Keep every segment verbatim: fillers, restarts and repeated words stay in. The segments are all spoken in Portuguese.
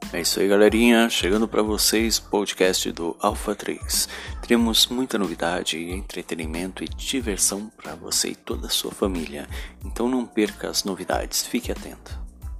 É isso aí, galerinha, chegando para vocês podcast do Alpha três. Teremos muita novidade, entretenimento e diversão para você e toda a sua família. Então não perca as novidades, fique atento.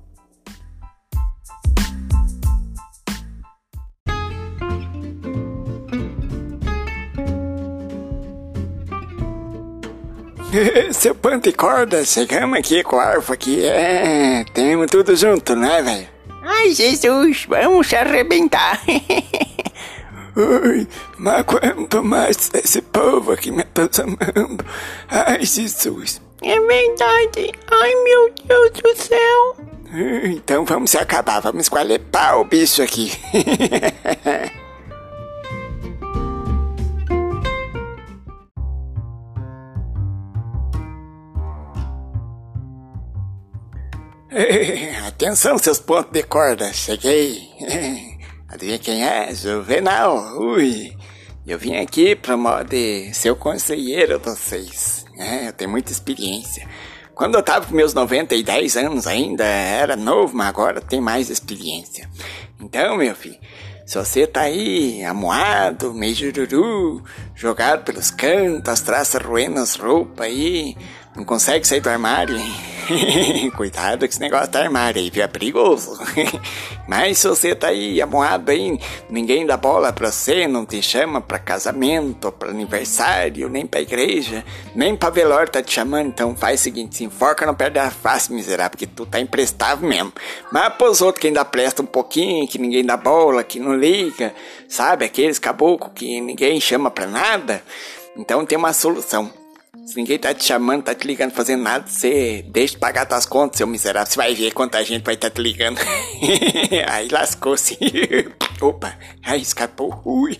Seu Panto e Corda, chegamos aqui com o Alpha aqui, é, temos tudo junto, né, velho? Ai, Jesus, vamos se arrebentar. Ui, mas quanto mais esse povo aqui me atazanando. Ai, Jesus. É verdade. Ai, meu Deus do céu. Então vamos se acabar, vamos escolher pau o bicho aqui. Atenção, seus pontos de corda, cheguei. Adivinha quem é? Juvenal. Ui, eu vim aqui para modo de ser o conselheiro de vocês. É, eu tenho muita experiência. Quando eu tava com meus noventa e dez anos ainda, era novo, mas agora tem mais experiência. Então, meu filho, se você tá aí amuado, meio jururu, jogado pelos cantos, as traças roendo as roupas aí, não consegue sair do armário, hein? Cuidado com esse negócio do armário aí, viu? É perigoso. Mas se você tá aí amuado aí, ninguém dá bola pra você, não te chama pra casamento, pra aniversário, nem pra igreja, nem pra velório tá te chamando, então faz o seguinte, se enfoca no pé da face, miserável, porque tu tá imprestável mesmo. Mas pros outros que ainda presta um pouquinho, que ninguém dá bola, que não liga, sabe? Aqueles caboclos que ninguém chama pra nada, então tem uma solução. Se ninguém tá te chamando, tá te ligando, fazendo nada, você deixa de pagar tuas contas, seu miserável. Você vai ver quanta gente vai estar tá te ligando. Aí lascou-se. Opa, aí escapou. Ui.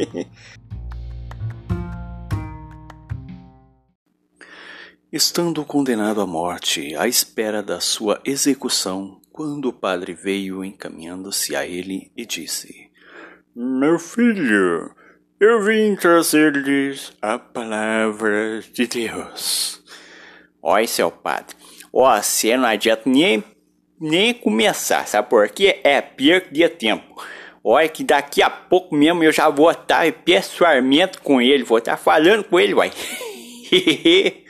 Estando condenado à morte, à espera da sua execução, quando o padre veio encaminhando-se a ele e disse: Meu filho, eu vim trazer-lhes a palavra de Deus. Oi, seu padre. Ó, você não adianta nem, nem começar, sabe por quê? É perda de tempo. Olha que daqui a pouco mesmo eu já vou estar em pessoalmente com ele, vou estar falando com ele, uai.